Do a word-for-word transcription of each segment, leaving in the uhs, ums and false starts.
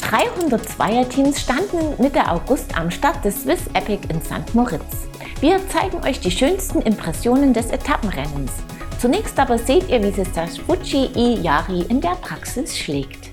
dreihundert-Zweier-Teams standen Mitte August am Start des Swiss Epic in Sankt Moritz. Wir zeigen euch die schönsten Impressionen des Etappenrennens. Zunächst aber seht ihr, wie sich das Fuji e-Yari in der Praxis schlägt.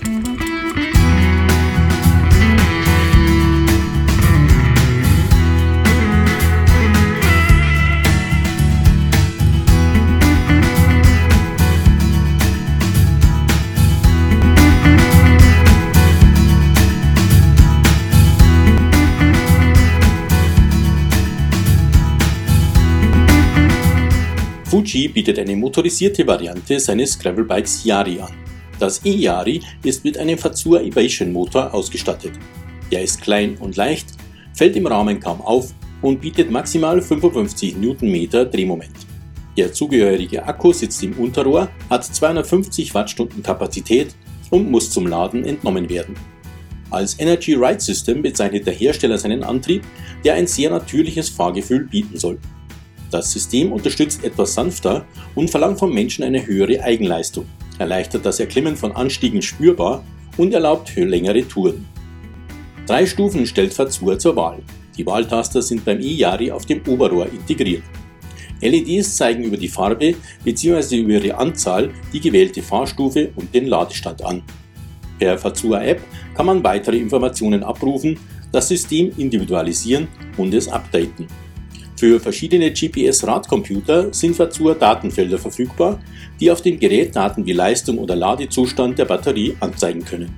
Fuji bietet eine motorisierte Variante seines Gravelbikes Yari an. Das e-Yari ist mit einem Fazua Evasion Motor ausgestattet. Der ist klein und leicht, fällt im Rahmen kaum auf und bietet maximal fünfundfünfzig Newtonmeter Drehmoment. Der zugehörige Akku sitzt im Unterrohr, hat zweihundertfünfzig Wattstunden Kapazität und muss zum Laden entnommen werden. Als Energy Ride System bezeichnet der Hersteller seinen Antrieb, der ein sehr natürliches Fahrgefühl bieten soll. Das System unterstützt etwas sanfter und verlangt vom Menschen eine höhere Eigenleistung, erleichtert das Erklimmen von Anstiegen spürbar und erlaubt längere Touren. Drei Stufen stellt Fazua zur Wahl. Die Wahltaster sind beim e-Yari auf dem Oberrohr integriert. L E Ds zeigen über die Farbe bzw. über ihre Anzahl die gewählte Fahrstufe und den Ladestand an. Per Fazua-App kann man weitere Informationen abrufen, das System individualisieren und es updaten. Für verschiedene G P S-Radcomputer sind Fazua Datenfelder verfügbar, die auf dem Gerät Daten wie Leistung oder Ladezustand der Batterie anzeigen können.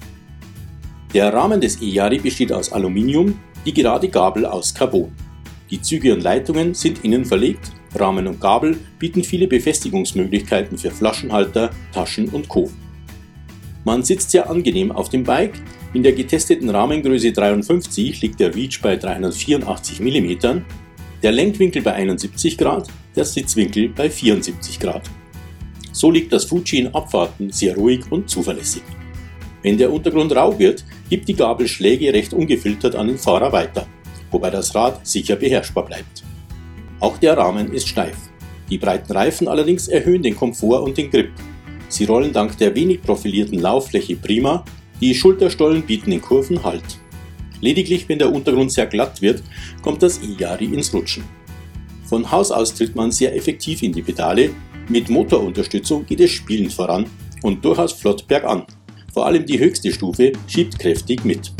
Der Rahmen des e-Yari besteht aus Aluminium, die gerade Gabel aus Carbon. Die Züge und Leitungen sind innen verlegt, Rahmen und Gabel bieten viele Befestigungsmöglichkeiten für Flaschenhalter, Taschen und Co. Man sitzt sehr angenehm auf dem Bike. In der getesteten Rahmengröße dreiundfünfzig liegt der Reach bei dreihundertvierundachtzig Millimeter, der Lenkwinkel bei einundsiebzig Grad, der Sitzwinkel bei vierundsiebzig Grad. So liegt das Fuji in Abfahrten sehr ruhig und zuverlässig. Wenn der Untergrund rau wird, gibt die Gabel Schläge recht ungefiltert an den Fahrer weiter, wobei das Rad sicher beherrschbar bleibt. Auch der Rahmen ist steif. Die breiten Reifen allerdings erhöhen den Komfort und den Grip. Sie rollen dank der wenig profilierten Lauffläche prima, die Schulterstollen bieten in Kurven Halt. Lediglich wenn der Untergrund sehr glatt wird, kommt das e-Yari ins Rutschen. Von Haus aus tritt man sehr effektiv in die Pedale, mit Motorunterstützung geht es spielend voran und durchaus flott bergan. Vor allem die höchste Stufe schiebt kräftig mit.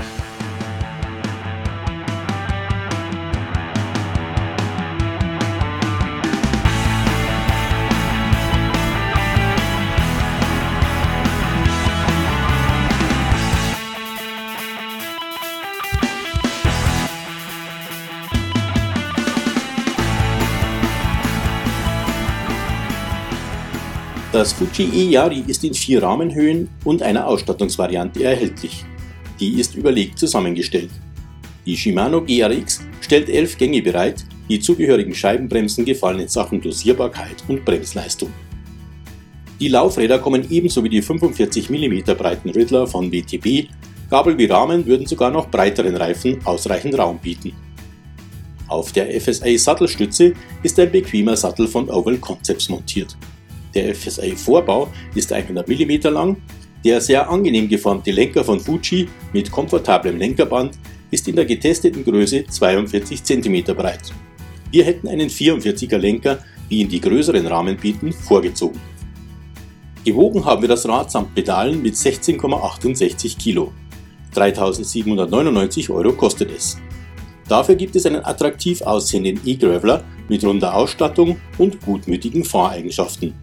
Das Fuji e-Yari ist in vier Rahmenhöhen und einer Ausstattungsvariante erhältlich. Die ist überlegt zusammengestellt. Die Shimano G R X stellt elf Gänge bereit, die zugehörigen Scheibenbremsen gefallen in Sachen Dosierbarkeit und Bremsleistung. Die Laufräder kommen ebenso wie die fünfundvierzig Millimeter breiten Riddler von W T B, Gabel wie Rahmen würden sogar noch breiteren Reifen ausreichend Raum bieten. Auf der F S A-Sattelstütze ist ein bequemer Sattel von Oval Concepts montiert. Der F S A-Vorbau ist hundert Millimeter lang, der sehr angenehm geformte Lenker von Fuji mit komfortablem Lenkerband ist in der getesteten Größe zweiundvierzig Zentimeter breit. Wir hätten einen vierundvierziger Lenker, wie ihn die größeren Rahmen bieten, vorgezogen. Gewogen haben wir das Rad samt Pedalen mit sechzehn Komma achtundsechzig Kilo. dreitausendsiebenhundertneunundneunzig Euro kostet es. Dafür gibt es einen attraktiv aussehenden E-Graveler mit runder Ausstattung und gutmütigen Fahreigenschaften.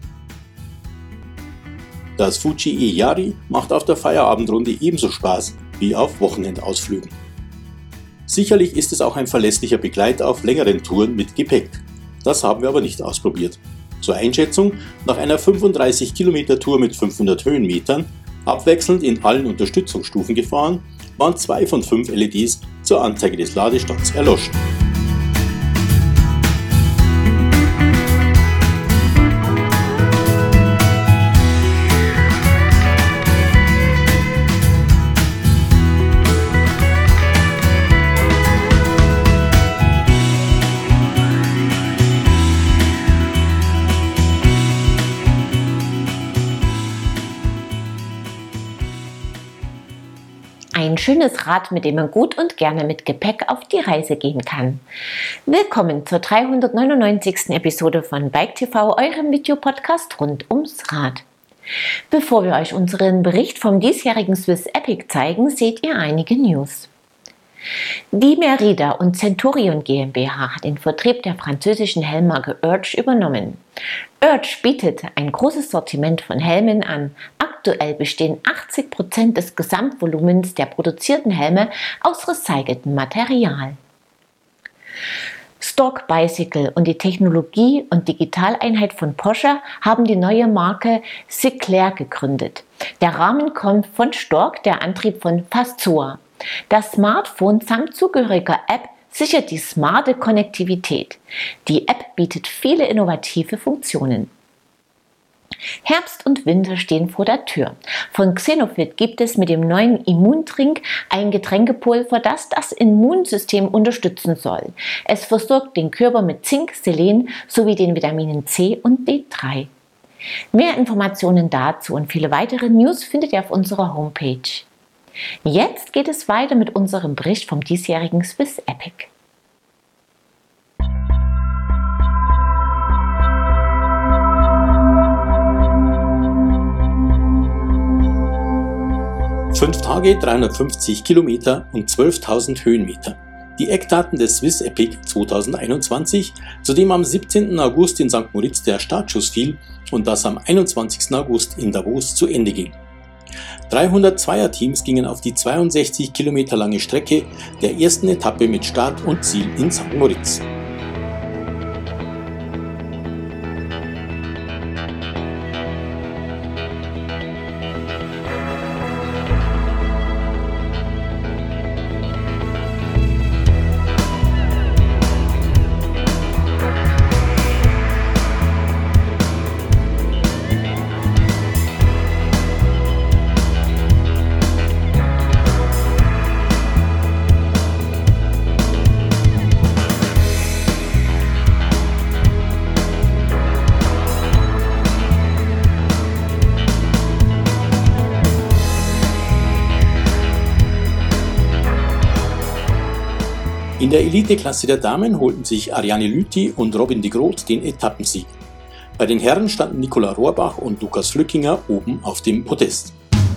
Das Fuji e-Yari macht auf der Feierabendrunde ebenso Spaß wie auf Wochenendausflügen. Sicherlich ist es auch ein verlässlicher Begleiter auf längeren Touren mit Gepäck. Das haben wir aber nicht ausprobiert. Zur Einschätzung, nach einer fünfunddreißig Kilometer Tour mit fünfhundert Höhenmetern, abwechselnd in allen Unterstützungsstufen gefahren, waren zwei von fünf L E Ds zur Anzeige des Ladestands erloschen. schönes Rad, mit dem man gut und gerne mit Gepäck auf die Reise gehen kann. Willkommen zur dreihundertneunundneunzigsten Episode von Bike T V, eurem Videopodcast rund ums Rad. Bevor wir euch unseren Bericht vom diesjährigen Swiss Epic zeigen, seht ihr einige News. Die Merida und Centurion GmbH hat den Vertrieb der französischen Helmmarke Urge übernommen. Urge bietet ein großes Sortiment von Helmen an. Aktuell bestehen achtzig Prozent des Gesamtvolumens der produzierten Helme aus recyceltem Material. Stork Bicycle und die Technologie- und Digitaleinheit von Porsche haben die neue Marke Cycler gegründet. Der Rahmen kommt von Stork, der Antrieb von Fazor. Das Smartphone samt zugehöriger App sichert die smarte Konnektivität. Die App bietet viele innovative Funktionen. Herbst und Winter stehen vor der Tür. Von Xenofit gibt es mit dem neuen Immuntrink ein Getränkepulver, das das Immunsystem unterstützen soll. Es versorgt den Körper mit Zink, Selen sowie den Vitaminen C und D drei. Mehr Informationen dazu und viele weitere News findet ihr auf unserer Homepage. Jetzt geht es weiter mit unserem Bericht vom diesjährigen Swiss Epic. Fünf Tage, dreihundertfünfzig Kilometer und zwölftausend Höhenmeter. Die Eckdaten des Swiss Epic zweitausendeinundzwanzig, zu dem am siebzehnten August in Sankt Moritz der Startschuss fiel und das am einundzwanzigsten August in Davos zu Ende ging. dreihundert Zweierteams gingen auf die zweiundsechzig Kilometer lange Strecke der ersten Etappe mit Start und Ziel in Sankt Moritz. In der Eliteklasse der Damen holten sich Ariane Lüthi und Robin de Groot den Etappensieg. Bei den Herren standen Nicola Rohrbach und Lukas Flückinger oben auf dem Podest.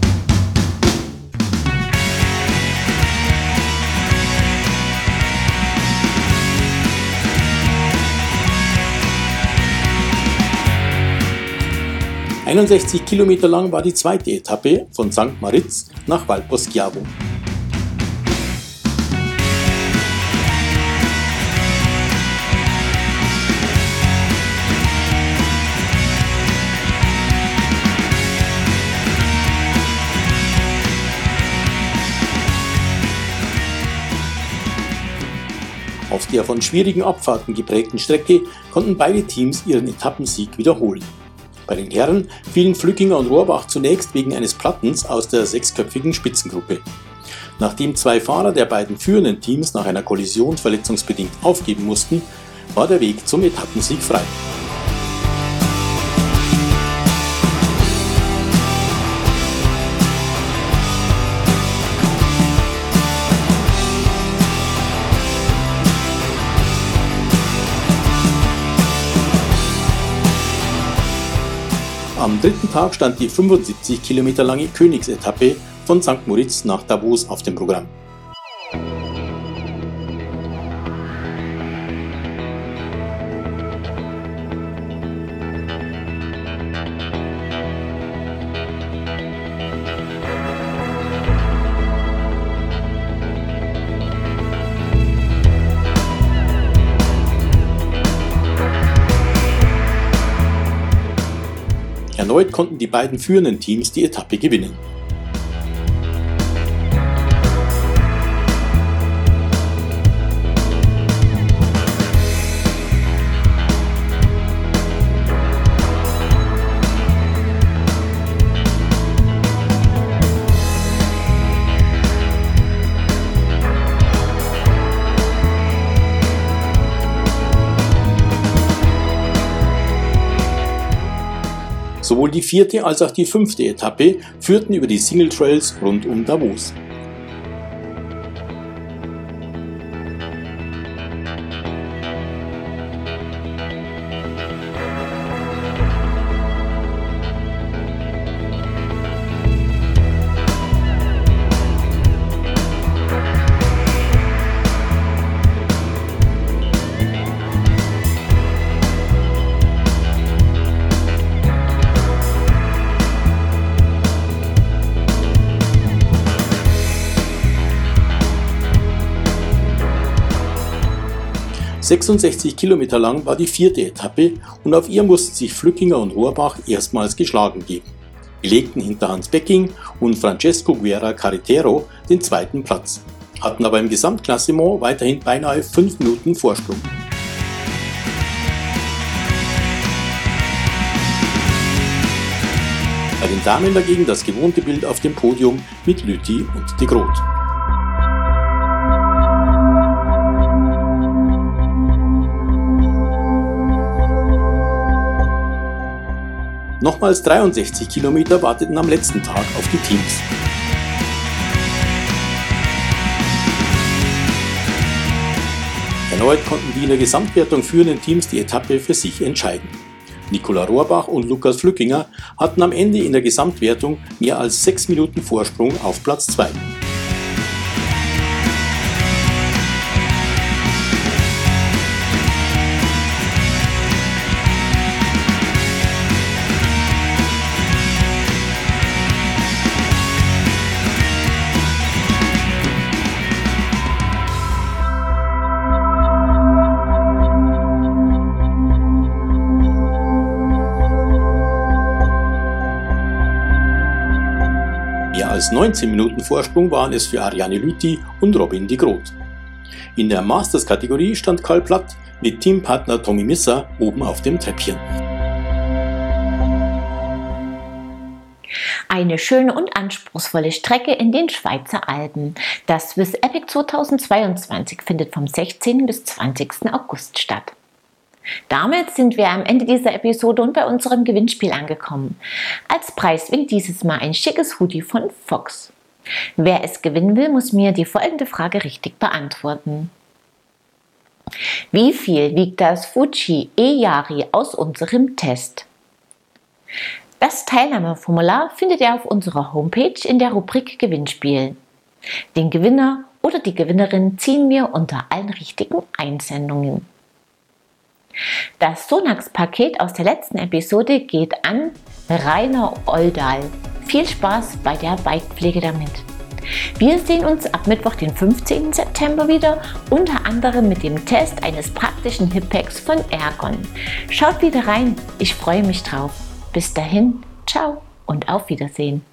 einundsechzig Kilometer lang war die zweite Etappe von Sankt Moritz nach Val Poschiavo. Auf der von schwierigen Abfahrten geprägten Strecke konnten beide Teams ihren Etappensieg wiederholen. Bei den Herren fielen Flückinger und Rohrbach zunächst wegen eines Plattens aus der sechsköpfigen Spitzengruppe. Nachdem zwei Fahrer der beiden führenden Teams nach einer Kollision verletzungsbedingt aufgeben mussten, war der Weg zum Etappensieg frei. Am dritten Tag stand die fünfundsiebzig Kilometer lange Königsetappe von Sankt Moritz nach Davos auf dem Programm. Erneut konnten die beiden führenden Teams die Etappe gewinnen. Sowohl die vierte als auch die fünfte Etappe führten über die Single Trails rund um Davos. sechsundsechzig Kilometer lang war die vierte Etappe und auf ihr mussten sich Flückiger und Rohrbach erstmals geschlagen geben. Belegten hinter Hans Becking und Francesco Guerra Carretero den zweiten Platz, hatten aber im Gesamtklassement weiterhin beinahe fünf Minuten Vorsprung. Bei den Damen dagegen das gewohnte Bild auf dem Podium mit Lüthi und de Groot. Nochmals dreiundsechzig Kilometer warteten am letzten Tag auf die Teams. Erneut konnten die in der Gesamtwertung führenden Teams die Etappe für sich entscheiden. Nicola Rohrbach und Lukas Flückiger hatten am Ende in der Gesamtwertung mehr als sechs Minuten Vorsprung auf Platz zwei. Mehr als neunzehn Minuten Vorsprung waren es für Ariane Lüthi und Robin de Groot. In der Masters-Kategorie stand Karl Platt mit Teampartner Tommy Misser oben auf dem Treppchen. Eine schöne und anspruchsvolle Strecke in den Schweizer Alpen. Das Swiss Epic zweitausendzweiundzwanzig findet vom sechzehnten bis zwanzigsten August statt. Damit sind wir am Ende dieser Episode und bei unserem Gewinnspiel angekommen. Als Preis winkt dieses Mal ein schickes Hoodie von Fox. Wer es gewinnen will, muss mir die folgende Frage richtig beantworten. Wie viel wiegt das Fuji E-Yari aus unserem Test? Das Teilnahmeformular findet ihr auf unserer Homepage in der Rubrik Gewinnspiel. Den Gewinner oder die Gewinnerin ziehen wir unter allen richtigen Einsendungen. Das Sonax-Paket aus der letzten Episode geht an Rainer Oldal. Viel Spaß bei der Bikepflege damit. Wir sehen uns ab Mittwoch, den fünfzehnten September wieder, unter anderem mit dem Test eines praktischen Hippacks von Ergon. Schaut wieder rein, ich freue mich drauf. Bis dahin, ciao und auf Wiedersehen.